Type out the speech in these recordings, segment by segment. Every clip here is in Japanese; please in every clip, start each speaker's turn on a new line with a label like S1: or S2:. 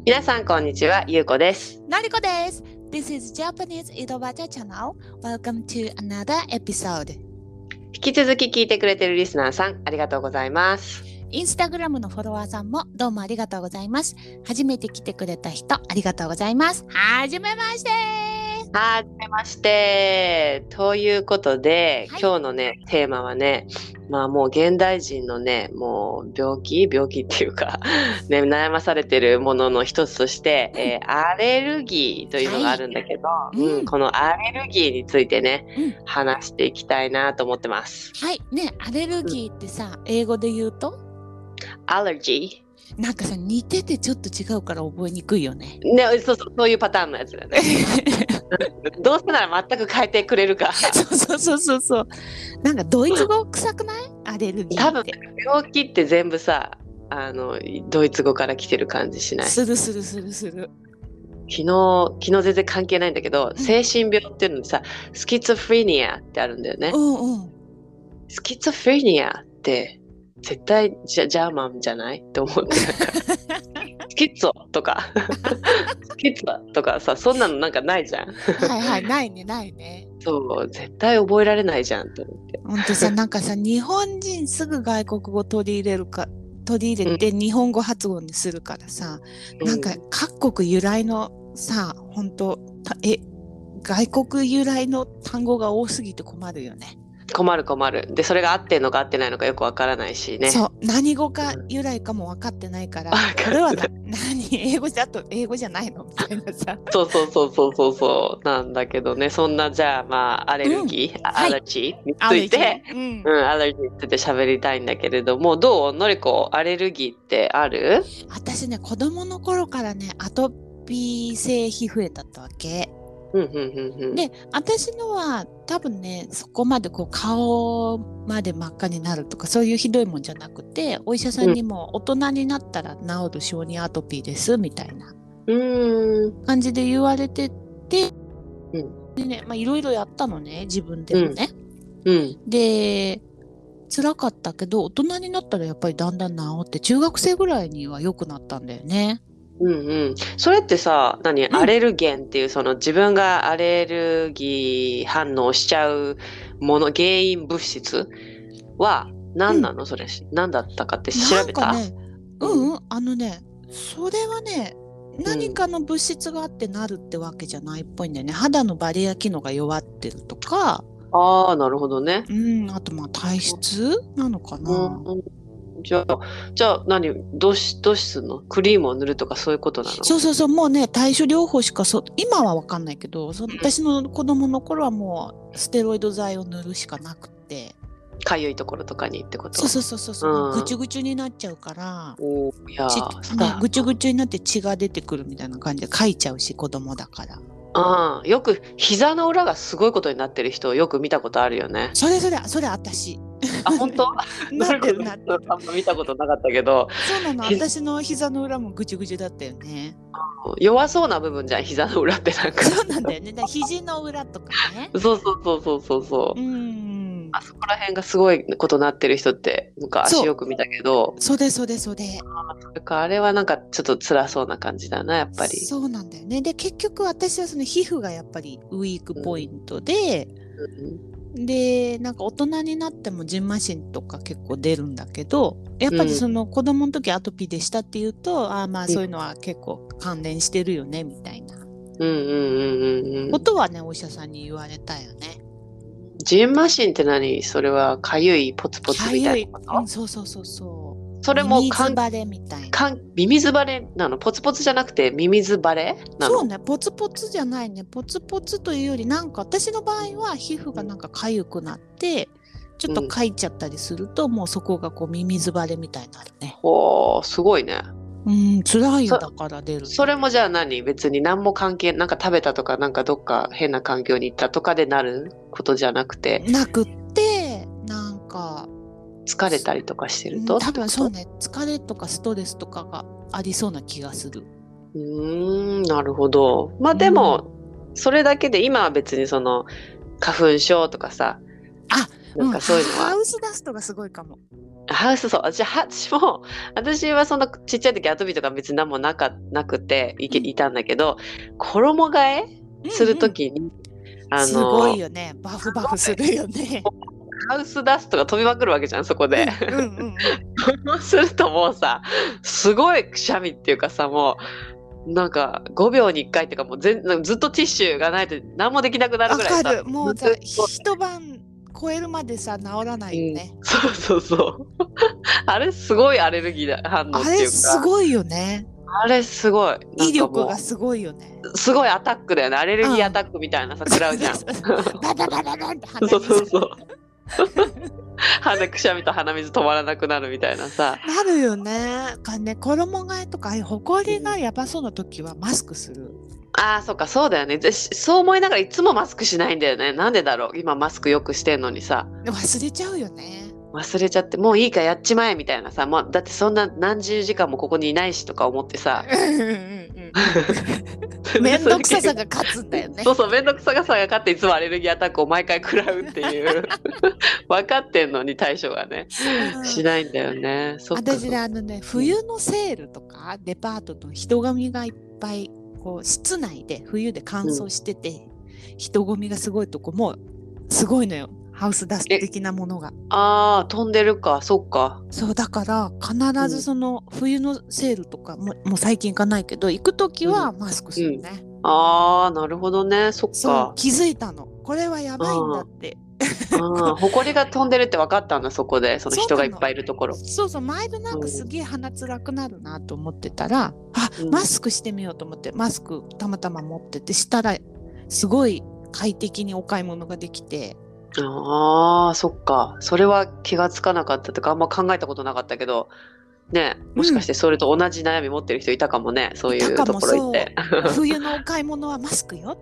S1: 皆さんこんにちは、ゆうこです。
S2: のりこです。This is Japanese 井戸端 Channel. Welcome to another episode.
S1: 引き続き聞いてくれているリスナーさん、ありがとうございます。
S2: インスタグラムのフォロワーさんもどうもありがとうございます。初めて来てくれた人、ありがとうございます。はじめまして。
S1: はじめまして。ということで、今日のね、テーマはね、もう現代人のね、もう病気っていうか、ね、悩まされてるものの一つとして、アレルギーというのがあるんだけど、このアレルギーについてね、話していきたいなと思ってます。
S2: はい。ね、アレルギーってさ、英語で言うと
S1: アレルギー。
S2: なんかさ、似ててちょっと違うから覚えにくいよね。
S1: ね、そういうパターンのやつだね。どうせなら全く変えてくれるか。
S2: そう。なんかドイツ語臭くない？アレルギーって。
S1: 多分病気って全部さ、ドイツ語から来てる感じしない？
S2: する。
S1: 昨日全然関係ないんだけど、精神病っていうのにさ、スキツフレニアってあるんだよね。スキツフレニアって絶対ジャーマンじゃないと思って、スキッツォとかスキッツォとかさ、そんなのなんかないじゃん。
S2: はいないね。
S1: そう絶対覚えられないじゃんと思って。
S2: ほんとさ、なんかさ、日本人すぐ外国語取り入れて日本語発音にするからさ、なんか各国由来のさ、ほんと外国由来の単語が多すぎて困るよね。
S1: 困る。で、それが合ってんのか合ってないのかよくわからないしね。
S2: そう、何語か由来かも分かってないから、これは英語じゃないのみたいなさ。
S1: そうなんだけどね、そんなじゃあアレルギー、アレルギーについて、アレルギーについて喋りたいんだけれども、どう？のりこ、アレルギーってある？
S2: 私ね、子供の頃からね、アトピー性皮膚炎だったわけ。で、私のは多分ね、そこまでこう顔まで真っ赤になるとかそういうひどいもんじゃなくて、お医者さんにも大人になったら治る小児アトピーですみたいな感じで言われてて、でね、いろいろやったのね、自分でもね。で、辛かったけど、大人になったらやっぱりだんだん治って、中学生ぐらいには良くなったんだよね。
S1: それってさ、アレルゲンっていうその自分がアレルギー反応しちゃうもの、原因物質は何なの？それ何だったかって調べた？
S2: それはね、何かの物質があってなるってわけじゃないっぽいんだよね。肌のバリア機能が弱ってるとか。
S1: ああ、なるほどね。
S2: あと体質なのかな。
S1: じゃあどうすんの？クリームを塗るとかそういうことなの？
S2: そうもうね、対処療法しか今は分かんないけど、私の子供の頃はもうステロイド剤を塗るしかなくて。
S1: かゆいところとかにってこと？
S2: そう、ぐちゅぐちゅになっちゃうから、ぐちゅぐちゅになって血が出てくるみたいな感じでかいちゃうし、子供だから。
S1: よく膝の裏がすごいことになってる人をよく見たことあるよね。
S2: それ私。
S1: あ、本当？
S2: なってる。
S1: あんま見たことなかったけど。
S2: そうなの、私の膝の裏もぐちゅぐちゅだったよね。
S1: 弱そうな部分じゃん、膝の裏ってなんか。
S2: そうなんだよね。肘の裏とかね。
S1: そう。あそこら辺がすごいことになってる人って昔よく見たけど。
S2: そうで。
S1: あれはなんかちょっと辛そうな感じだな、やっぱり。
S2: そうなんだよね。で、結局私はその皮膚がやっぱりウィークポイントで、で、なんか大人になっても蕁麻疹とか結構出るんだけど、やっぱりその子供の時アトピーでしたっていうと、そういうのは結構関連してるよねみたいなことはね、お医者さんに言われたよね。
S1: 蕁麻疹って何？それはかゆいポツポツみたいなこと？
S2: そう。
S1: それも
S2: ミミズバレみたいな。
S1: ミミズバレなの？ポツポツじゃなくてミミズバレなの？
S2: そうね、ポツポツじゃないね。ポツポツというより、なんか私の場合は皮膚がなんかかゆくなってちょっとかいちゃったりすると、もうそこがこうミミズバレみたいになるね。
S1: すごいね。
S2: 辛いよ、だから出る。
S1: それもじゃあ別に何も関係、なんか食べたとか、なんかどっか変な環境に行ったとかでなることじゃなくて、
S2: なんか
S1: 疲れたりとかしてると、
S2: 多分そうね、疲れとかストレスとかがありそうな気がする。
S1: なるほど。でもそれだけで今は別にその花粉症とかさ、 なんかそういうのは。
S2: ハウスダストがすごいかも。
S1: ハウス、そう。私はそんなちっちゃい時アトピーとか別に何もなくていたんだけど、衣替えする時に、
S2: すごいよね。バフバフするよね。
S1: ハウスダストが飛びまくるわけじゃん、そこで。そうするともうさ、すごいくしゃみっていうかさ、もう、なんか5秒に1回っていうかもうずっとティッシュがないと何もできなくなるぐらいさ。
S2: わかる。もうさ、一晩超えるまでさ、治らないよね。
S1: そうそう。あれすごいアレルギー反応っていうか。
S2: あれすごいよね。
S1: あれすごい。
S2: 威力がすごいよね。
S1: すごいアタックだよね。アレルギーアタックみたいなさ、食らうじゃん。
S2: バババババって鼻
S1: そうそうそう。くしゃみと鼻水止まらなくなるみたいなさ。
S2: なるよね。衣替えとかほこりがやばそうな時はマスクする。
S1: ああ、そっか、そうだよね。そう思いながらいつもマスクしないんだよね。なんでだろう。今マスクよくしてんのにさ。
S2: 忘れちゃうよね。
S1: 忘れちゃって、もういいからやっちまえみたいなさ。だってそんな何十時間もここにいないしとか思ってさ。
S2: めんどくささが勝つんだよね。
S1: そうそう、めんどくささが勝っていつもアレルギーアタックを毎回食らうっていう分かってんのに対処がね、しないんだよね。
S2: 私ね、冬のセールとかデパートの人混みがいっぱいこう室内で冬で乾燥してて、人混みがすごいとこもすごいのよ。ハウスダスト的なものが。
S1: ああ、飛んでるか、そっか。
S2: そうだから必ずその冬のセールとかもう最近行かないけど、行くときはマスクするね。
S1: ああ、なるほどね、そっか。
S2: そう気づいたの。これはやばいんだって。
S1: 埃が飛んでるって分かったんだ、そこで、その人がいっぱいいるところ。
S2: そうそう、前でなんかすげえ鼻つらくなるなと思ってたら、マスクしてみようと思ってマスクたまたま持っててしたらすごい快適にお買い物ができて。
S1: ああ、そっか。それは気がつかなかったとかあんま考えたことなかったけどね、もしかしてそれと同じ悩み持ってる人いたかもね、そういうところ行って。
S2: 冬のお買い物はマスクよって。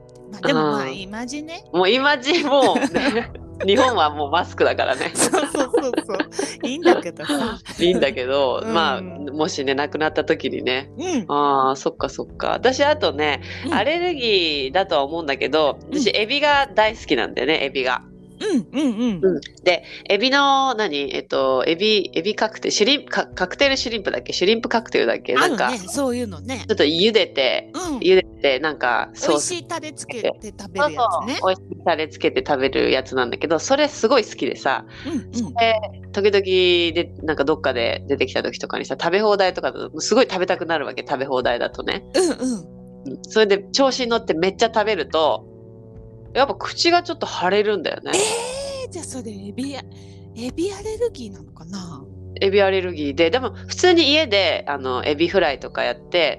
S2: でも今時ね。
S1: もうね、日本はもうマスクだからね。
S2: そう。いいんだけどさ。
S1: いいんだけど、もしね、亡くなった時にね。ああ、そっか。私、あとね、アレルギーだとは思うんだけど、私、エビが大好きなんだよね、エビが。で、エビのエビカクテル、カクテルシュリンプだっけ、シュリンプカクテルだっけ、なんか、
S2: そういうのね。
S1: ちょっと茹でてなんか
S2: 美味しいタレつけて食べるやつね。
S1: 美味しいタレつけて食べるやつなんだけど、それすごい好きでさ、時々でなんかどっかで出てきた時とかにさ、食べ放題とかだとすごい食べたくなるわけ、食べ放題だとね。それで調子に乗ってめっちゃ食べるとやっぱ口がちょっと腫れるんだよね。
S2: じゃあそれエビアレルギーなのかな。
S1: エビアレルギーで、でも普通に家でエビフライとかやって、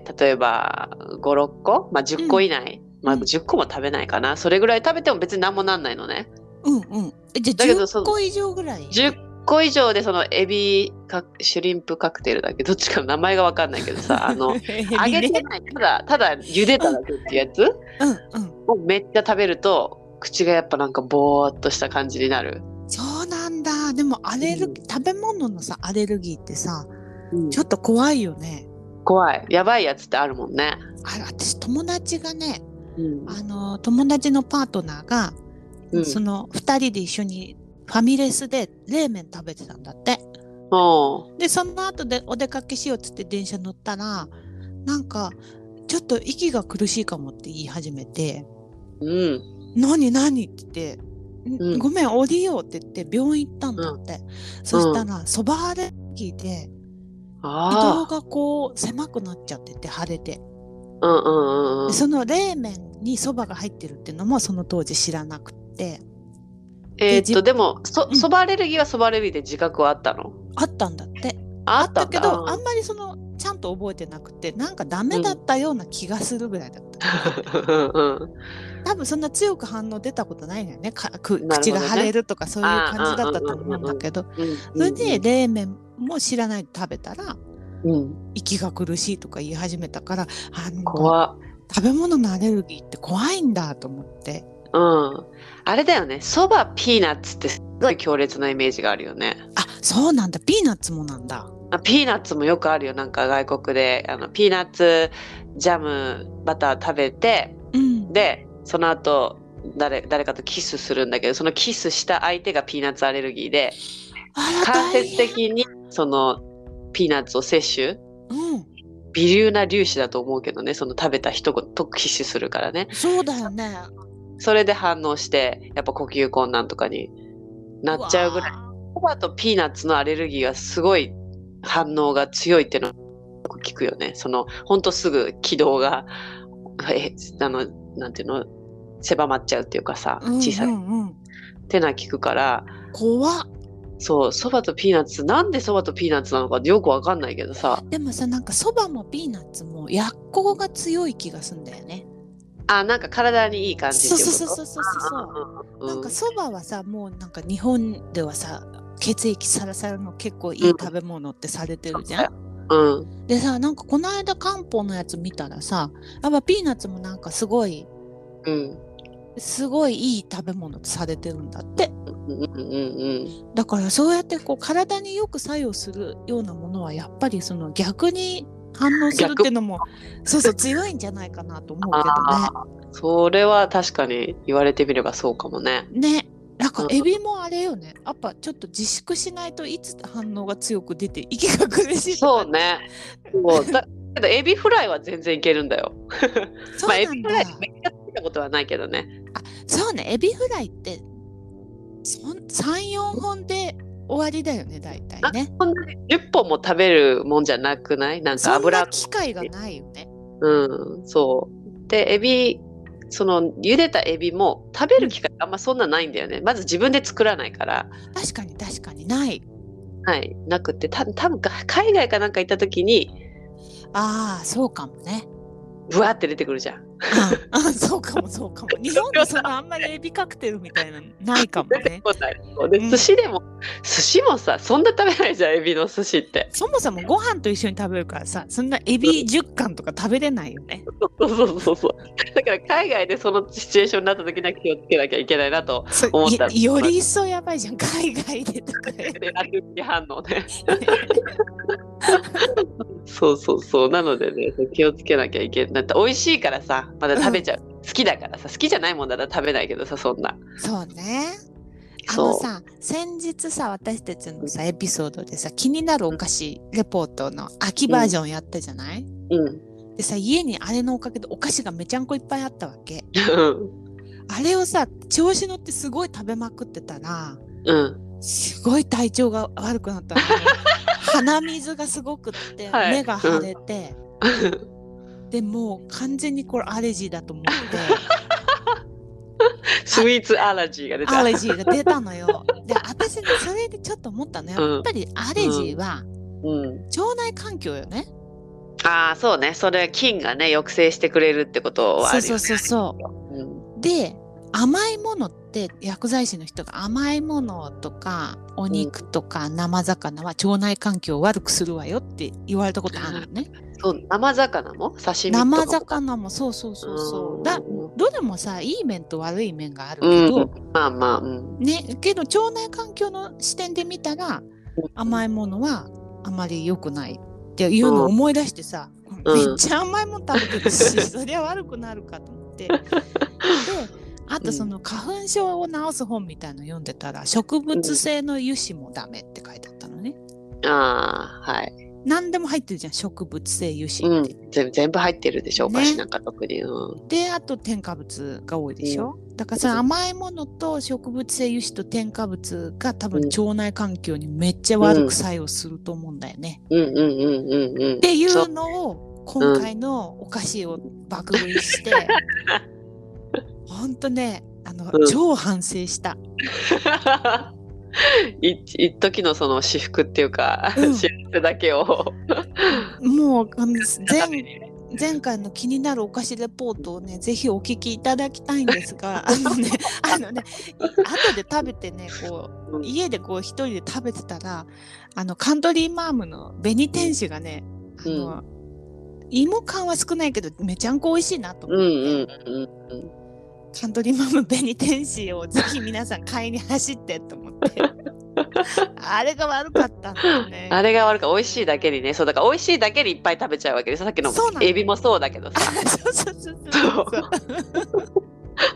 S1: 例えば5、6個、10個以内、10個も食べないかな、それぐらい食べても別に何もなんないのね。
S2: じゃあ10個以上ぐらい
S1: ？10個以上でそのエビシュリンプカクテルだっけ、どっちかの名前が分かんないけどさ、揚げてない、ただ茹でただけってやつをめっちゃ食べると口がやっぱなんかボーっとした感じになる。
S2: そうなんだ。でも食べ物のさアレルギーってさ、ちょっと怖いよね。
S1: 怖い。やばいやつってあるもんね。
S2: 私友達がね、友達のパートナーが、その2人で一緒にファミレスで冷麺食べてたんだって。でその後でお出かけしようっつって電車乗ったら、なんかちょっと息が苦しいかもって言い始めて、何って言って、ごめん降りようって言って病院行ったんだって。そしたらそばアレルギーで移動がこう狭くなっちゃってて、腫れて、その冷麺にそばが入ってるっていうのもその当時知らなくて。
S1: でもそばアレルギーはそばアレルギーで自覚はあったの？
S2: あったんだって。あったけどあんまりちゃんと覚えてなくて、なんかダメだったような気がするぐらいだった。多分そんな強く反応出たことないのよね。口が腫れるとかそういう感じだったと思うんだけど、それで冷麺も知らないで食べたら、息が苦しいとか言い始めたから、食べ物のアレルギーって怖いんだと思って。
S1: あれだよね、そばピーナッツってすごい強烈なイメージがあるよね。
S2: そうなんだ。ピーナッツもなんだ。
S1: ピーナッツもよくあるよ。なんか外国でピーナッツジャムバター食べて、でその後誰かとキスするんだけど、そのキスした相手がピーナッツアレルギーで、
S2: あら
S1: 間接
S2: 大変。
S1: 的にそのピーナッツを摂取、
S2: うん
S1: 微粒な粒子だと思うけどね、その食べた人とキスするからね。
S2: そうだよね。
S1: それで反応して、やっぱ呼吸困難とかになっちゃうぐらい。
S2: わ
S1: そばとピーナッツのアレルギーがすごい反応が強いっていうのはよく聞くよね。ほんとすぐ軌道が、なんていうの、狭まっちゃうっていうかさ、
S2: うん
S1: 小さい。
S2: うんうん、
S1: ってのは聞くから、
S2: 怖っ。
S1: そう、そばとピーナッツ、なんでそばとピーナッツなのかよくわかんないけどさ。
S2: でもさ、なんかそばもピーナッツも薬効が強い気がすんだよね。
S1: なんか体にいい感じっていうこと。
S2: そう。なんかそばはさ、もうなんか日本ではさ、血液サラサラの結構いい食べ物ってされてるじゃん。
S1: うん。
S2: でさ、なんかこの間漢方のやつ見たらさ、やっぱピーナッツもなんかすごい、すごいいい食べ物とされてるんだって。だからそうやってこう体によく作用するようなものはやっぱりその逆に反応するっていうのもそう強いんじゃないかなと思うけどね。
S1: それは確かに言われてみればそうかもね。
S2: ね。なんかエビもあれよね。やっぱちょっと自粛しないといつ反応が強く出て息が苦しい。
S1: そうね。けどエビフライは全然いけるんだよ。
S2: そうなんだ。
S1: エビフライめっちゃ食べたことはないけどね。
S2: そうね。エビフライって3、4本で終わりだよね、大体ね。
S1: こんなに10本も食べるもんじゃなくない？なんか油。
S2: そんな機会がないよね。
S1: そう。で、茹でたエビも食べる機会あんまそんなないんだよね。まず自分で作らないから。
S2: 確かにない。
S1: はい、なくて、多分海外かなんか行った時に、
S2: そうかもね。
S1: ブワーって出てくるじゃん。
S2: そうかも。日本であんまりエビカクテルみたいなのないかもね。
S1: で、寿司もさ、そんな食べないじゃん、エビの寿司って。
S2: そもそもご飯と一緒に食べるからさ、そんなエビ10貫とか食べれないよね。
S1: そう。だから海外でそのシチュエーションになった時には気をつけなきゃいけないなと思った。
S2: より一層やばいじゃん、海外でとか。
S1: アレルギー反応ね。そうなのでね、気をつけなきゃいけない。だって美味しいからさ、まだ食べちゃう。好きだからさ、好きじゃないもんだったら食べないけどさ、そんな。
S2: そうね。先日さ、私たちのさエピソードでさ、気になるお菓子レポートの秋バージョンやったじゃない？でさ、家にあれのおかげでお菓子がめちゃんこいっぱいあったわけ。あれをさ、調子乗ってすごい食べまくってたら、すごい体調が悪くなったの。鼻水がすごくって目が腫れて、でもう完全にこれアレジーだと思って
S1: スイーツアレジーが
S2: 出たのよ。で、私ね、それでちょっと思ったの。やっぱりアレジーは腸内環境よね。
S1: そうね。それ菌がね抑制してくれるってことはあるよね。
S2: そう。で、甘いものって薬剤師の人が甘いものとかお肉とか生魚は腸内環境を悪くするわよって言われたことあるのね。
S1: そう生魚も刺身とか
S2: 生魚もそう。どれもさ、いい面と悪い面があるけど、ね、けど腸内環境の視点で見たら甘いものはあまり良くないっていうのを思い出してさ、めっちゃ甘いもの食べてるし、そりゃ悪くなるかと思って。で、あと花粉症を治す本みたいの読んでたら、植物性の油脂もダメって書いてあったのね。
S1: はい。
S2: 何でも入ってるじゃん、植物性油脂って。
S1: 全部入ってるでしょ、お菓子なんか特に。
S2: で、あと添加物が多いでしょ。だからさ、甘いものと植物性油脂と添加物が多分腸内環境にめっちゃ悪く作用すると思うんだよね。っていうのを今回のお菓子を爆食いしてほんとね、超反省した。
S1: 一時のその私服っていうか、幸せだけを
S2: もう前回の気になるお菓子レポートをね、ぜひお聞きいただきたいんですが、後で食べてね、家で一人で食べてたら、カントリーマームの紅天使がね、芋感は少ないけどめちゃんこ美味しいなと思って、カントリーマーム紅天使をぜひ皆さん買いに走ってと思ってあれが悪かったんだよね。
S1: あれが悪かった。美味しいだけにね。そうだから美味しいだけにいっぱい食べちゃうわけです。さっきのエビもそうだけどさ。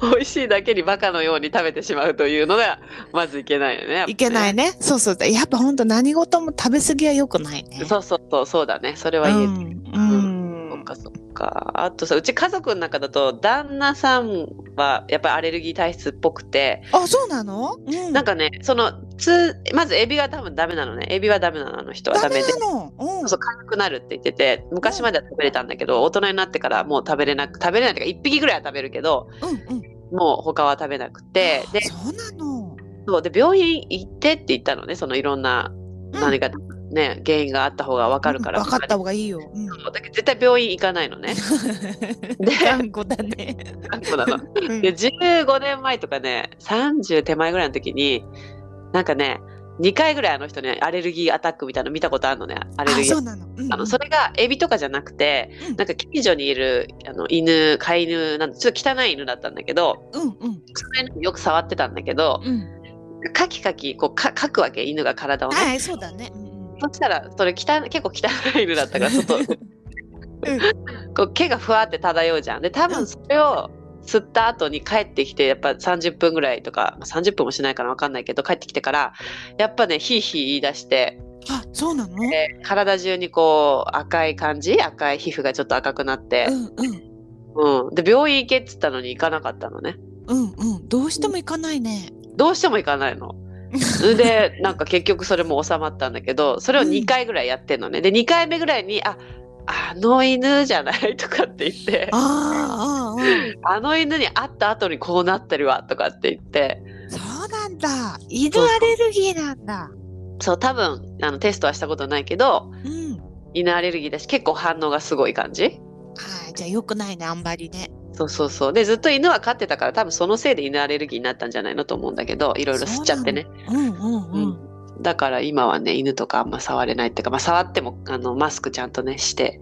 S1: 美味しいだけにバカのように食べてしまうというのがまずいけないよね。
S2: いけないね。そうそう。やっぱ本当何事も食べ過ぎは良くないね。
S1: そうだね。それは言えて。そっかそっか。あとさ、うち家族の中だと旦那さんはやっぱりアレルギー体質っぽくて。
S2: あ、そうなの？
S1: なんかね、まずエビが多分ダメなのね。エビはダメなの、あの人はダメで。そう、痒くなるって言ってて、昔までは食べれたんだけど、大人になってからもう食べれないっていうか、1匹ぐらいは食べるけど、もう他は食べなくて。で、
S2: そうなの。
S1: そうで、病院行ってって言ったのね。そのいろんな何かね、原因があった方が分かるから。
S2: 分かった方がいいよ。
S1: だけど絶対病院行かないのね。
S2: で、頑固だね。
S1: 頑固なの。で、15年前とかね、30手前ぐらいの時に、なんかね、2回ぐらいあの人ね、アレルギーアタックみたいなの見たことあるのね。アレルギー。
S2: そうなの。
S1: それがエビとかじゃなくて、なんか近所にいる犬、飼い犬なんてちょっと汚い犬だったんだけど、それよく触ってたんだけど、カキカキこうかくわけ、犬が体をね。
S2: はい、そうだね。
S1: そしたらそれ結構汚い犬だったから外こう毛がふわって漂うじゃん。で多分それを吸った後に帰ってきて、やっぱ30分ぐらいとか、30分もしないから分かんないけど、帰ってきてからやっぱねヒーヒー言い出して、
S2: あ、そうなの？
S1: 体中にこう赤い皮膚がちょっと赤くなって、で病院行けっつったのに行かなかったのね。
S2: どうしても行かないね。
S1: どうしても行かないの。でなんか結局それも収まったんだけど、それを2回ぐらいやってんのね。で2回目ぐらいにあの犬じゃないとかって言って、あの犬に会った後にこうなってるわとかって言って。
S2: そうなんだ。犬アレルギーなんだ。
S1: そう、多分テストはしたことないけど、犬アレルギーだし結構反応がすごい感じ。
S2: じゃあ良くないね、あんまりね。
S1: そうでずっと犬は飼ってたから、多分そのせいで犬アレルギーになったんじゃないのと思うんだけど、いろいろ吸っちゃってね。だから今はね、犬とかあんま触れないっていうか、触ってもマスクちゃんとねして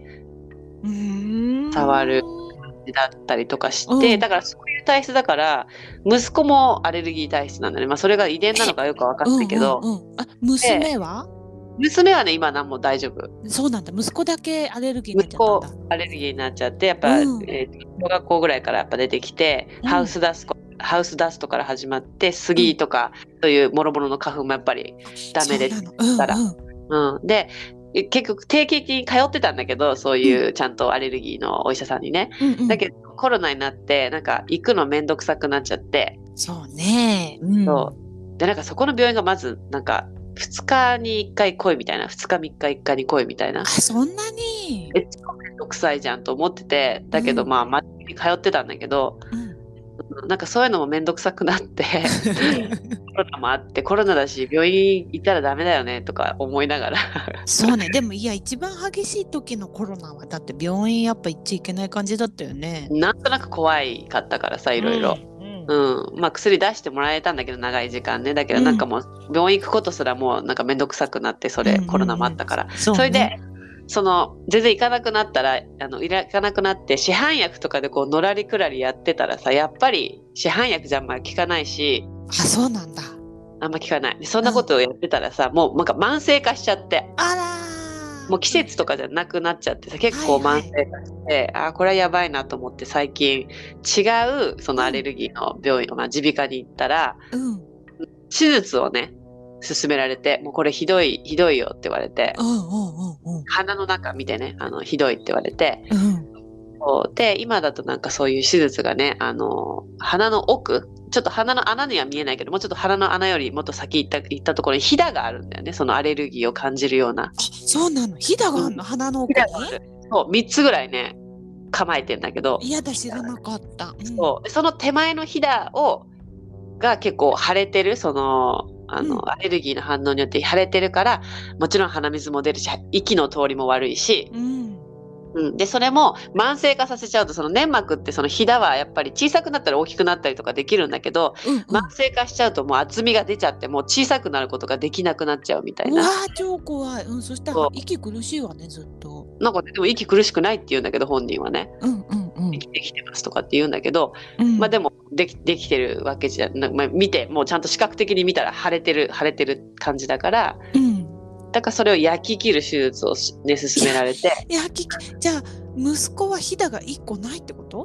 S1: 触る感じだったりとかして、だからそういう体質だから、息子もアレルギー体質なんだね。それが遺伝なのかよく分かんないけど。
S2: 娘は？
S1: 娘はね、今何も大丈夫。
S2: そうなんだ。息子だけアレルギーになっちゃったんだ。
S1: 息子アレルギーになっちゃって、やっぱ、小学校ぐらいからやっぱ出てきて、ハウスダストから始まって、杉とか、そういうもろもろの花粉もやっぱりダメでしたら。で、結局定期的に通ってたんだけど、そういうちゃんとアレルギーのお医者さんにね。だけどコロナになってなんか行くのめんどくさくなっちゃって。
S2: そうね。
S1: でなんかそこの病院がまずなんか2日に1回来いみたいな、2日3日1回に来いみたいな。
S2: そんなに？
S1: めんどくさいじゃんと思ってて、だけど真面目に通ってたんだけど、なんかそういうのもめんどくさくなってコロナもあって、コロナだし病院行ったらダメだよねとか思いながら
S2: そうね。でもいや、一番激しい時のコロナはだって病院やっぱ行っちゃいけない感じだったよね。
S1: なんとなく怖かったからさ、いろいろ。薬出してもらえたんだけど、長い時間ね。だけどなんかもう病院行くことすらもうなんかめんどくさくなって、コロナもあったから。それで全然行かなくなったら、行かなくなって市販薬とかでこうのらりくらりやってたらさ、やっぱり市販薬じゃあんま効かないし。
S2: そうなんだ。
S1: あんま効かない。そんなことをやってたらさ、もうなんか慢性化しちゃって。もう季節とかじゃなくなっちゃってさ、結構慢性化して、これはやばいなと思って、最近違うそのアレルギーの病院、耳鼻科に行ったら、手術をね勧められて、もうこれひどいよって言われて、鼻の中見てね、ひどいって言われて、で今だとなんかそういう手術がね、鼻の奥、ちょっと鼻の穴には見えないけど、もうちょっと鼻の穴よりもっと先行ったところにひだがあるんだよね。そのアレルギーを感じるような。
S2: そうなの？ひだがあるの？鼻の奥に？
S1: そう、3つぐらいね構えてんだけど。
S2: いやだ、知らなかった。
S1: その手前のひだが結構腫れてる、アレルギーの反応によって腫れてるから、もちろん鼻水も出るし、息の通りも悪いし、でそれも慢性化させちゃうと、その粘膜ってそのひだはやっぱり小さくなったり大きくなったりとかできるんだけど、慢性化しちゃうともう厚みが出ちゃって、もう小さくなることができなくなっちゃうみたいな。
S2: 超怖い。そしたら息苦しいわね、ずっと。
S1: なんかでも息苦しくないって言うんだけど、本人はね、息できてますとかって言うんだけど、でもできてるわけじゃなく、見てもうちゃんと視覚的に見たら腫れてる感じだから、だからそれを焼き切る手術をね勧められて。
S2: じゃあ息子はひだが1個ないってこと？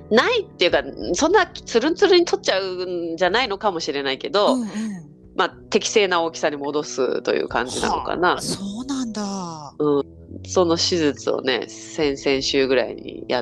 S1: ないっていうか、そんなつるんつるんに取っちゃうんじゃないのかもしれないけど、まあ、適正な大きさに戻すという感じなのかな。
S2: そうなんだ。
S1: その手術をね、先々週ぐらいにやって、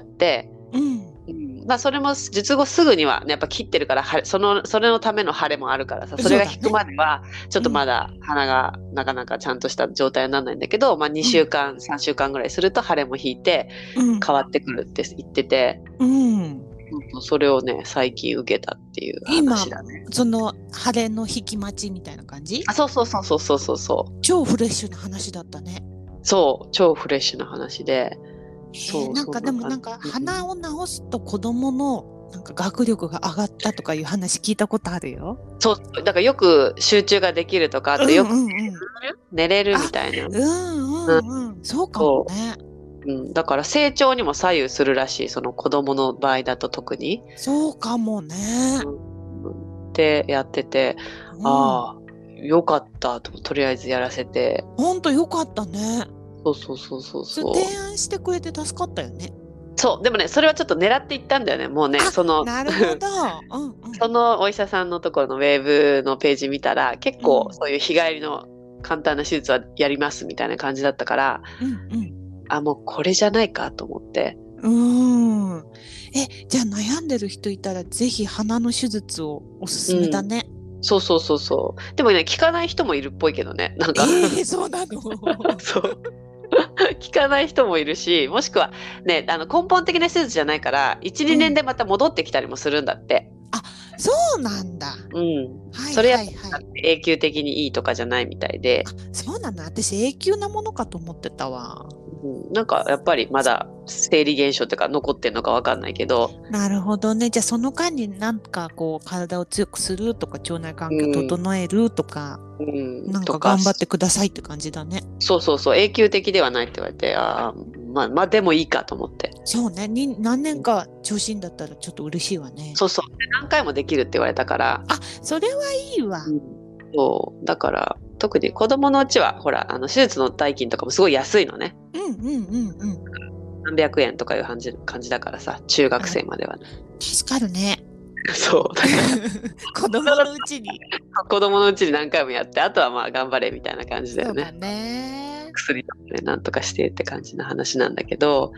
S1: まあそれも術後すぐには、ね、やっぱ切ってるからそれのための腫れもあるからさ、それが引くまではちょっとまだ鼻がなかなかちゃんとした状態にならないんだけど、まあ2週間、3週間ぐらいすると腫れも引いて変わってくるって言ってて、それをね最近受けたっていう話だね。
S2: 今その腫れの引き待ちみたいな感じ？
S1: そう。
S2: 超フレッシュな話だったね。
S1: そう、超フレッシュな話で。
S2: なんかでもなんか鼻を治すと子供のなんか学力が上がったとかいう話聞いたことあるよ。
S1: そう、だからよく集中ができるとか、あとよく寝れるみたいな。
S2: そうかもね。
S1: だから成長にも左右するらしい、その子供の場合だと特に。
S2: そうかもね。
S1: ってやってて、ああよかったと、とりあえずやらせて。
S2: 本当よかったね。
S1: そう。
S2: 提案してくれて助かったよね。
S1: そう、でもね、それはちょっと狙っていったんだよね、もうね、
S2: なるほど。
S1: そのお医者さんのところのウェブのページ見たら、結構そういう日帰りの簡単な手術はやりますみたいな感じだったから、もうこれじゃないかと思って。
S2: じゃあ悩んでる人いたらぜひ鼻の手術をおすすめだね。
S1: そう。でもね、効かない人もいるっぽいけどね、なんか。
S2: そうなの。
S1: そう。効かない人もいるし、もしくはね、根本的な手術じゃないから 1,2 年でまた戻ってきたりもするんだって。
S2: そうなんだ。
S1: それやって永久的にいいとかじゃないみたいで。
S2: そうなんだ。私永久なものかと思ってたわ。
S1: なんかやっぱりまだ生理現象とか残ってるのかわかんないけど。
S2: なるほどね。じゃあその間になんかこう体を強くするとか腸内環境整えるとか、なんか頑張ってくださいって感じだね。
S1: そう永久的ではないって言われて、まあでもいいかと思って。
S2: そうね。何年か調子いいんだったらちょっと嬉しいわね。
S1: そう何回もできるって言われたから。
S2: それはいいわ。
S1: そうだから特に子供のうちはほら手術の代金とかもすごい安いのね。何百円とかいう感じだからさ、中学生まではね。
S2: 助かるね。
S1: そうだ
S2: 子供のうちに
S1: 何回もやって、あとはまあ頑張れみたいな感じだよね。
S2: そうだね。
S1: 薬とかねなんとかしてって感じの話なんだけど。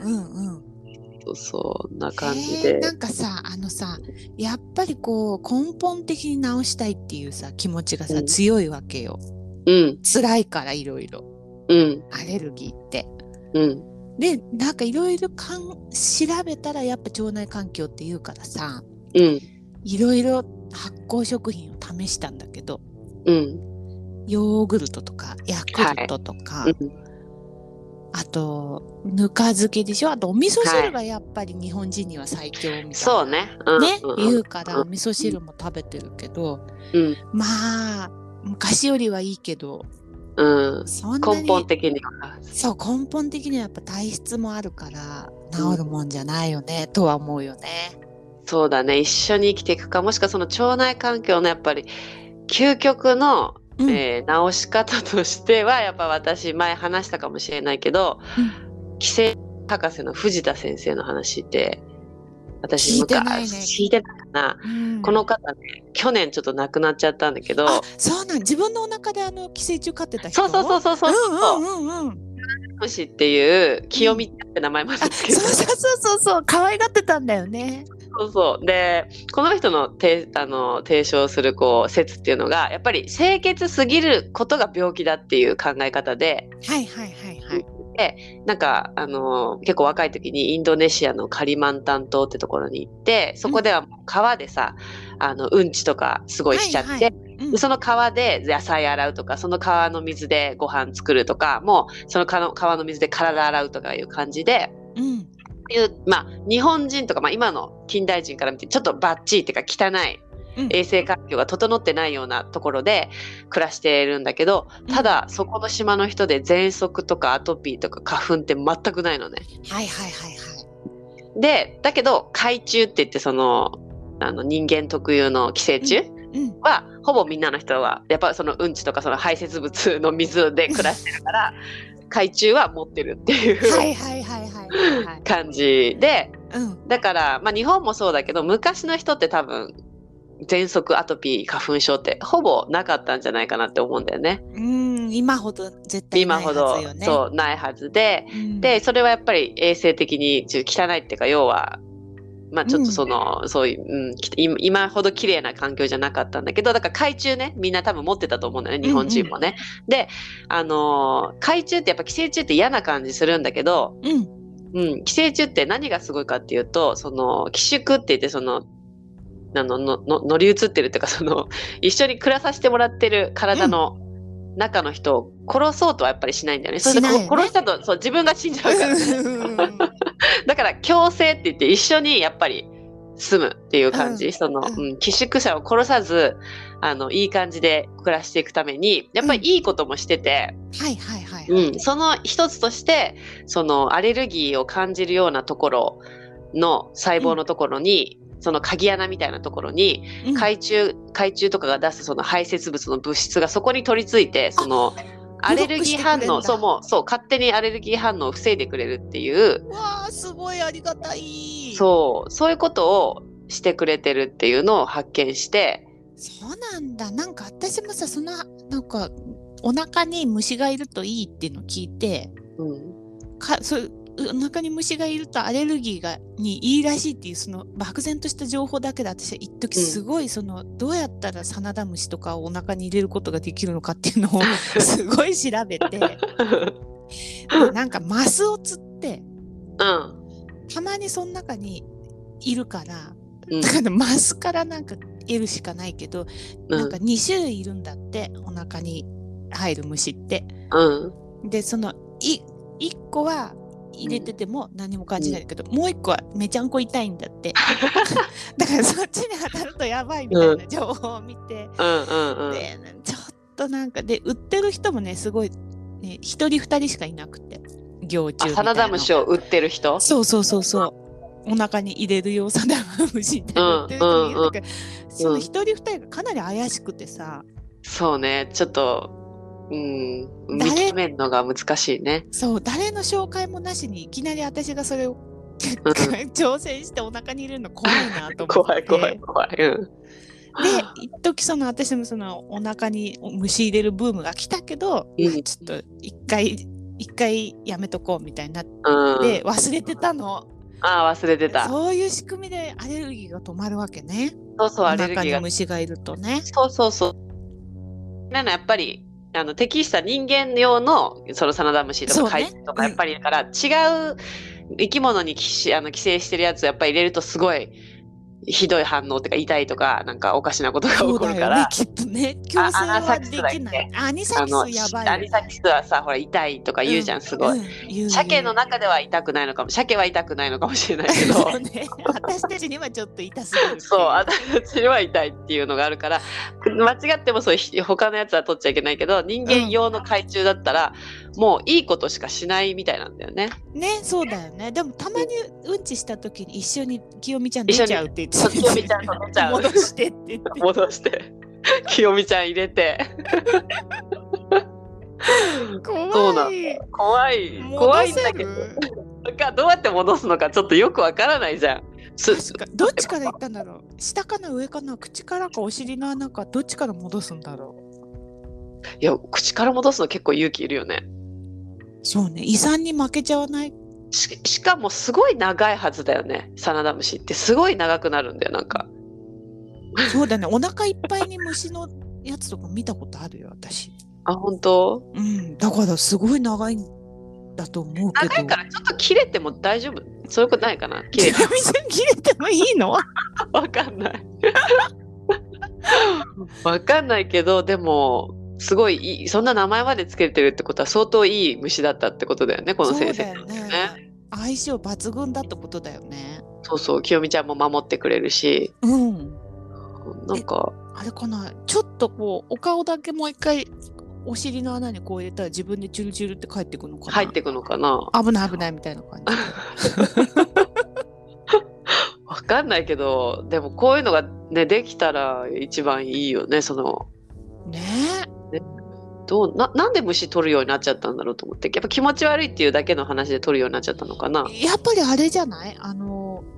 S1: そんな感じで。
S2: なんかさやっぱりこう根本的に治したいっていうさ気持ちがさ、強いわけよ。辛いからいろいろアレルギーって。でなんかいろいろ調べたらやっぱ腸内環境っていうからさ、いろいろ発酵食品を試したんだけど、ヨーグルトとかヤクルトとか、あとぬか漬けでしょ。あとお味噌汁がやっぱり日本人には最強みたいな、
S1: そうね
S2: 言うからお味噌汁も食べてるけど、まあ昔よりはいいけど、そんなに
S1: 根本的に
S2: はやっぱ体質もあるから治るもんじゃないよね、とは思うよね。
S1: そうだね、一緒に生きていくか、もしくはその腸内環境のやっぱり究極の治し方としては、やっぱ私前話したかもしれないけど、寄生博士の藤田先生の話って私
S2: 聞いてないね。
S1: 聞いてないかな、この方ね去年ちょっと亡くなっちゃったんだけど。
S2: そうなん、自分のお腹で寄生虫飼ってた人。
S1: そう虫っていう清美って名前までつけて、
S2: そう可愛がってたんだよね。
S1: でこの人の提唱する説っていうのが、やっぱり清潔すぎることが病気だっていう考え方で、でなんか結構若い時にインドネシアのカリマンタン島ってところに行って、そこではもう川でさうんちとかすごいしちゃって、その川で野菜洗うとか、その川の水でご飯作るとか、もうその川の水で体洗うとかいう感じで、まあ日本人とか、今の近代人から見てちょっとバッチリっていうか汚い衛生環境が整ってないようなところで暮らしているんだけど、ただそこの島の人で喘息とかアトピーとか花粉って全くないのね。でだけど海虫って言って、その人間特有の寄生虫は、ほぼみんなの人はやっぱそのうんちとかその排泄物の水で暮らしてるから海虫は持ってるっていう感じで、 だから、日本もそうだけど、昔の人って多分喘息、アトピー、花粉症ってほぼなかったんじゃないかなって思うんだよね。
S2: 今ほど絶対ないはずよね。
S1: そうないはずで、でそれはやっぱり衛生的にちょっと汚いっていうか、要はちょっとそういう、今ほど綺麗な環境じゃなかったんだけど、だから懐中ね、みんな多分持ってたと思うんだよね、日本人もね。で、懐中ってやっぱ寄生虫って嫌な感じするんだけど、寄生虫って何がすごいかっていうと、寄宿って言って、乗り移ってるっていうか、一緒に暮らさせてもらってる体の中の人を殺そうとはやっぱりしないんだよね。それで殺したと、自分が死んじゃうからね。だから共生って言って一緒にやっぱり住むっていう感じ。寄宿者を殺さず、いい感じで暮らしていくために、やっぱりいいこともしてて、その一つとして、アレルギーを感じるようなところの細胞のところに、その鍵穴みたいなところに、害虫とかが出すその排泄物の物質がそこに取り付いて、アレルギー反応、勝手にアレルギー反応を防いでくれるっていう。
S2: わー、すごいありがたい。
S1: そういうことをしてくれてるっていうのを発見して。
S2: そうなんだ。なんか私もさ、なんかお腹に虫がいるといいっていうのを聞いて、お腹に虫がいるとアレルギーにいいらしいっていう、漠然とした情報だけで、私は一時すごいどうやったらサナダムシとかをお腹に入れることができるのかっていうのをすごい調べてなんかマスを釣って、たまにその中にいるから、だからマスからなんか得るしかないけど、なんか2種類いるんだって、お腹に入る虫って。で1個は入れてても何も感じないけど、もう一個はめちゃんこ痛いんだってだからそっちに当たるとやばいみたいな情報を見て、でちょっとなんかで売ってる人もね、すごいね、1人2人しかいなくて、行虫みたいな
S1: サナダムシを売ってる人、
S2: お腹に入れるようサナダムシって売ってる人もいるんだけど、その1人2人がかなり怪しくてさ。
S1: そうね、ちょっと見極めるのが難しいね。
S2: 誰の紹介もなしにいきなり私がそれを挑戦してお腹に入れるの怖いなと思って。怖い。で、一時私もお腹に虫入れるブームが来たけど、ちょっと一回やめとこうみたいになって忘れてたの。
S1: 忘れてた。
S2: そういう仕組みでアレルギーが止まるわけね。
S1: アレルギーが。
S2: お腹に虫がいるとね。
S1: なのやっぱり適した人間用のサナダムシとか怪虫とかやっぱりだから、違う生き物に寄生してるやつをやっぱり入れるとすごいひどい反応とか痛いとか、なんかおかしなことが起こるから。
S2: きっとね、強制はできない。アニサキスやばいよね。
S1: アニサキスはさ、ほら痛いとか言うじゃん、すごい。鮭の中では痛くないのかも、鮭は痛くないのかもしれないけど。
S2: 私たちにはちょっと痛すぎる。
S1: 私たちには痛いっていうのがあるから、間違っても他のやつは取っちゃいけないけど、人間用の害虫だったら、もういいことしかしないみたいなんだよね。
S2: そうだよね。でもたまにうんちした時に一緒に清美ちゃん出ちゃうって言って、
S1: 清美ちゃんと出ちゃう。
S2: 戻してって言って。
S1: 戻して。清美ちゃん入れて。怖いんだけど。どうやって戻すのかちょっとよくわからないじゃん。
S2: どっちから行ったんだろう。下かな上かな、口からかお尻の穴か、どっちから戻すんだろう。
S1: いや、口から戻すの結構勇気いるよね。
S2: そうね、胃酸に負けちゃわない。
S1: しかもすごい長いはずだよね。サナダムシってすごい長くなるんだよ、なんか。
S2: そうだね、お腹いっぱいに虫のやつとか見たことあるよ、私。
S1: 本当？
S2: だからすごい長いんだと思うけど。
S1: 長いからちょっと切れても大丈夫？そういうことないかな？
S2: 切れてもいいの？
S1: わかんない。わかんないけど、でもすごいそんな名前までつけてるってことは相当いい虫だったってことだよね、この先生。
S2: そうだよね。相性抜群だってことだよね。
S1: 清美ちゃんも守ってくれるし。なんか
S2: あれかな、ちょっとお顔だけもう一回お尻の穴に入れたら自分でチュルチュルって帰ってくるのかな。
S1: 入ってくのかな。
S2: 危ないみたいな感じ。
S1: わかんないけど、でもこういうのがねできたら一番いいよね。なんで虫取るようになっちゃったんだろうと思って、やっぱ気持ち悪いっていうだけの話で取るようになっちゃったのかな。
S2: やっぱりあれじゃない？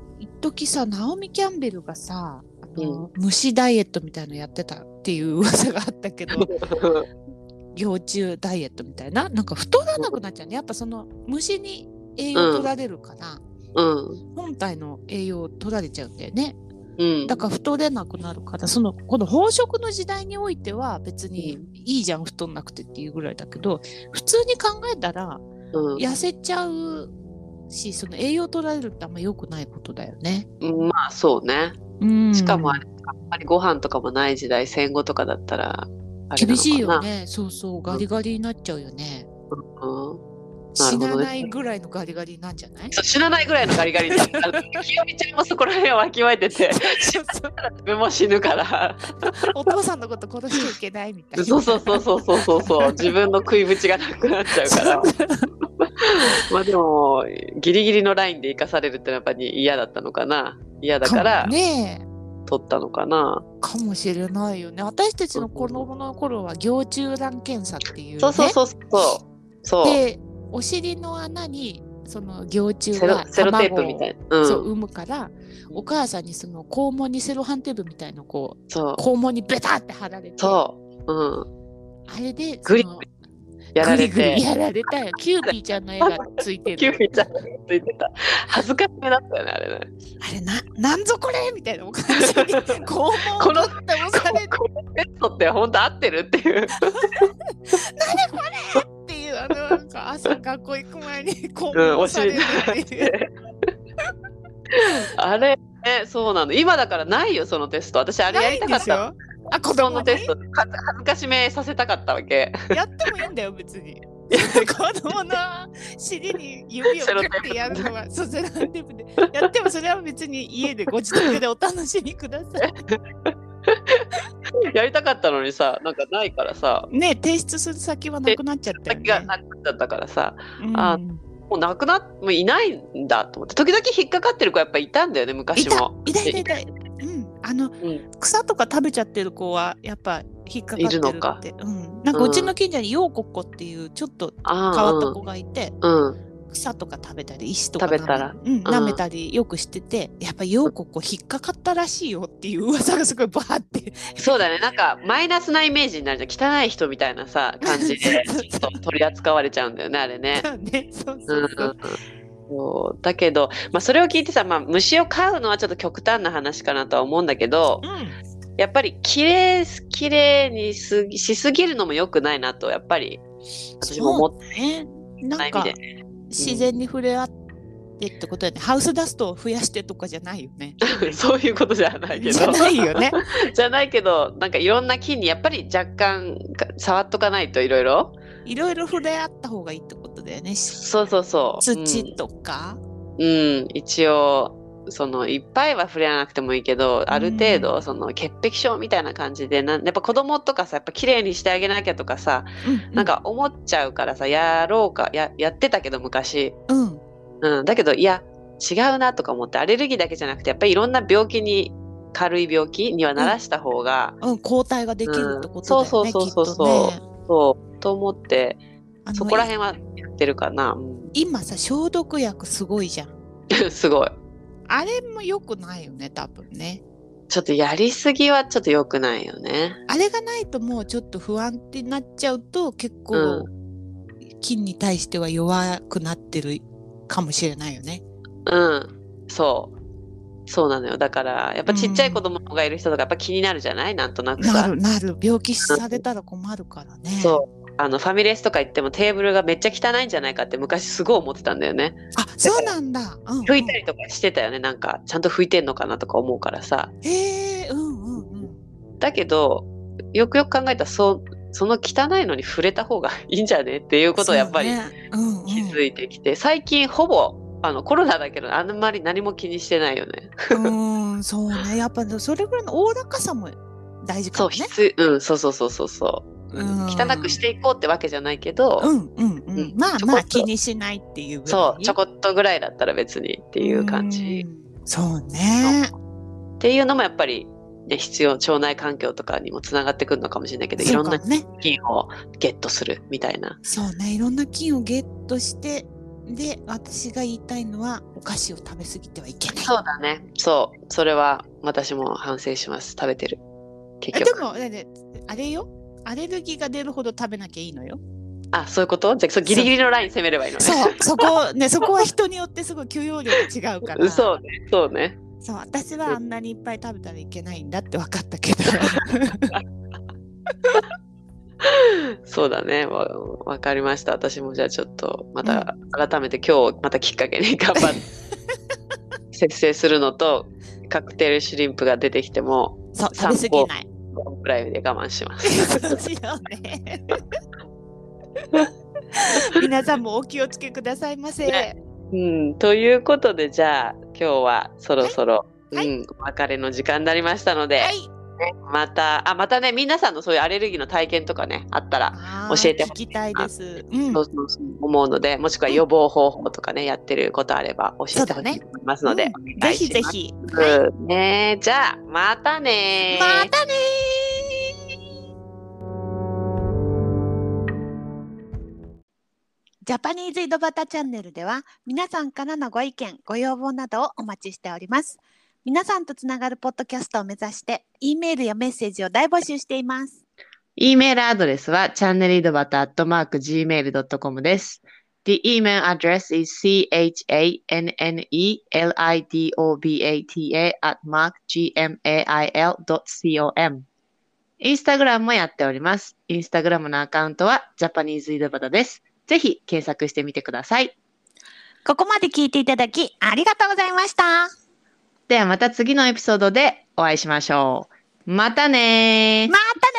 S2: 時さ、ナオミ・キャンベルがさ、虫ダイエットみたいのやってたっていう噂があったけど幼虫ダイエットみたいな、なんか太らなくなっちゃうね。やっぱその虫に栄養取られるから、本体の栄養取られちゃうんだよね。だから太れなくなるから、この飽食の時代においては別にいいじゃん、太んなくてっていうぐらいだけど、普通に考えたら痩せちゃうし、その栄養取られるってあんま良くないことだよね。
S1: まあそうね。しかもあんまりご飯とかもない時代、戦後とかだったらあれなのかな。厳しいよ
S2: ね。そうそう、ガリガリになっちゃうよね。死なないぐらいのガリガリなんじゃない？
S1: 死なないぐらいのガリガリ清美ちゃんもそこら辺をわきまえてて自分も死ぬから
S2: お父さんのこと殺しちゃいけないみたいな。
S1: そう自分の食いぶちがなくなっちゃうからまあでもギリギリのラインで生かされるってやっぱり嫌だったのかな。嫌だから取ったのかな。
S2: かもしれないよね。私たちの子供の頃は凝中卵検査っていうね。
S1: そう
S2: でお尻の穴にその幼虫が
S1: セロテープみたいな、
S2: 産むから、お母さんにその肛門にセロハンテープみたいな肛門にベタって貼られて、あれで
S1: グリやられて
S2: やられたよ。キューピーちゃんの絵がついてる。
S1: キューピーちゃんがついてた。恥ずかしめだったよね、あれね。
S2: なんぞこれみたいなお感じに肛門をグッて押されて、
S1: このテストって本当合ってるっていう何こ
S2: れっていう、なんか朝学校行く前に肛門を押されるっていう、
S1: あれね、そうなの。今だからないよ、そのテスト。私あれやりたかった。子供のテスト恥ずかしめさせたかったわけ。
S2: やってもいいんだよ別に。子供の尻に指をグッてやるのはセロハンテープでやっても、それは別に家でご自宅でお楽しみください。
S1: やりたかったのにさ、なんかないからさ
S2: ね、提出する先はなくなっちゃったよね。
S1: 先がなくなっちゃったからさ、もうもういないんだと思って。時々引っかかってる子やっぱいたんだよね、昔も。
S2: いた。草とか食べちゃってる子はやっぱ引っかかってるって。いるのか。なんかうちの近所にヨーコッコっていうちょっと変わった子がいて、草とか食べたり石とか舐めたりよくしてて、やっぱヨーコッコ引っかかったらしいよっていう噂がすごいバーって
S1: そうだね、なんかマイナスなイメージになるじゃん。汚い人みたいなさ感じでちょっと取り扱われちゃうんだよね、あれね。だけど、それを聞いてさ、虫を飼うのはちょっと極端な話かなとは思うんだけど、やっぱりきれいにしすぎるのも良くないなとやっぱり私も思って、
S2: なんか自然に触れ合ってってことだよね。ハウスダストを増やしてとかじゃないよね。
S1: そういうことじゃないけど。
S2: じゃないよね。
S1: じゃないけど、なんかいろんな菌にやっぱり若干触っとかないといろいろ
S2: 触れ合った方がいいってことだよね。
S1: そう。
S2: 土とか。
S1: 一応いっぱいは触れ合わなくてもいいけど、ある程度潔癖症みたいな感じでやっぱ子供とかさ、やっぱ綺麗にしてあげなきゃとかさ、なんか思っちゃうからさ、やってたけど昔、だけどいや違うなとか思って、アレルギーだけじゃなくてやっぱりいろんな病気に、軽い病気にはならした方が、
S2: 抗体ができるってことだよね。
S1: そうと思って、そこら辺はやってるかな。
S2: 今さ消毒薬すごいじゃん。
S1: すごい。
S2: あれも良くないよね、多分ね。
S1: ちょっとやりすぎはちょっと良くないよね。
S2: あれがないともうちょっと不安ってなっちゃうと、結構、菌に対しては弱くなってるかもしれないよね。
S1: そうなのよ。だからやっぱちっちゃい子供がいる人とかやっぱ気になるじゃない、なんとなくさ。
S2: なる病気されたら困るからね。
S1: ファミレスとか行ってもテーブルがめっちゃ汚いんじゃないかって昔すごい思ってたんだよね。
S2: そうなんだ。
S1: 拭いたりとかしてたよね。なんかちゃんと拭いてんのかなとか思うからさ。だけどよくよく考えたらその汚いのに触れた方がいいんじゃねっていうことをやっぱり気づいてきて、最近ほぼコロナだけどあんまり何も気にしてないよね。
S2: そうね。やっぱそれぐらいのおおらかさも大事かもね。
S1: そう。汚くしていこうってわけじゃないけど、
S2: まあ気にしないっていうぐらい。
S1: そう、ちょこっとぐらいだったら別にっていう感じ。
S2: そうね。
S1: っていうのもやっぱりね、必要、腸内環境とかにもつながってくるのかもしれないけど、いろんな菌をゲットするみたいな。
S2: そうね、いろんな菌をゲットしてで、私が言いたいのはお菓子を食べ過ぎてはいけない。
S1: そうだね。そう。それは私も反省します。食べてる。結
S2: で
S1: 局。
S2: も、あれよ。アレルギーが出るほど食べなきゃいいのよ。
S1: あ、そういうこと？じゃあギリギリのライン攻めればいいのね。
S2: そう、そこは人によってすごい許容量が違うから。
S1: そうね。そうね。
S2: そう、私はあんなにいっぱい食べたらいけないんだって分かったけど。
S1: そうだね。わかりました。私もじゃあちょっとまた改めて今日またきっかけに頑張って節制するのと、カクテルシュリンプが出てきても
S2: そう、食べ過ぎない。
S1: ぐらいで我慢します。
S2: そうしようね。皆さんもお気をつけくださいませ。
S1: ね、ということで、じゃあ今日はそろそろ、お別れの時間になりましたので、またね、皆さんのそういうアレルギーの体験とかねあったら教えて
S2: 聞きたいです。
S1: そう思うので、もしくは予防方法とかね、やってることあれば教えてほしいと思いますので、
S2: ぜひぜひ。
S1: ね、じゃあまたね。
S2: またね。ジャパニーズ井戸端チャンネルでは皆さんからのご意見、ご要望などをお待ちしております。皆さんとつながるポッドキャストを目指して、Eメールやメッセージを大募集しています。
S1: Eメールアドレスは channelidobata@gmail.com です。The email address is chanelidobata@gmail.com。インスタグラムもやっております。インスタグラムのアカウントはジャパニーズ井戸端です。ぜひ検索してみてください。
S2: ここまで聞いていただきありがとうございました。
S1: ではまた次のエピソードでお会いしましょう。またねー。
S2: またねー。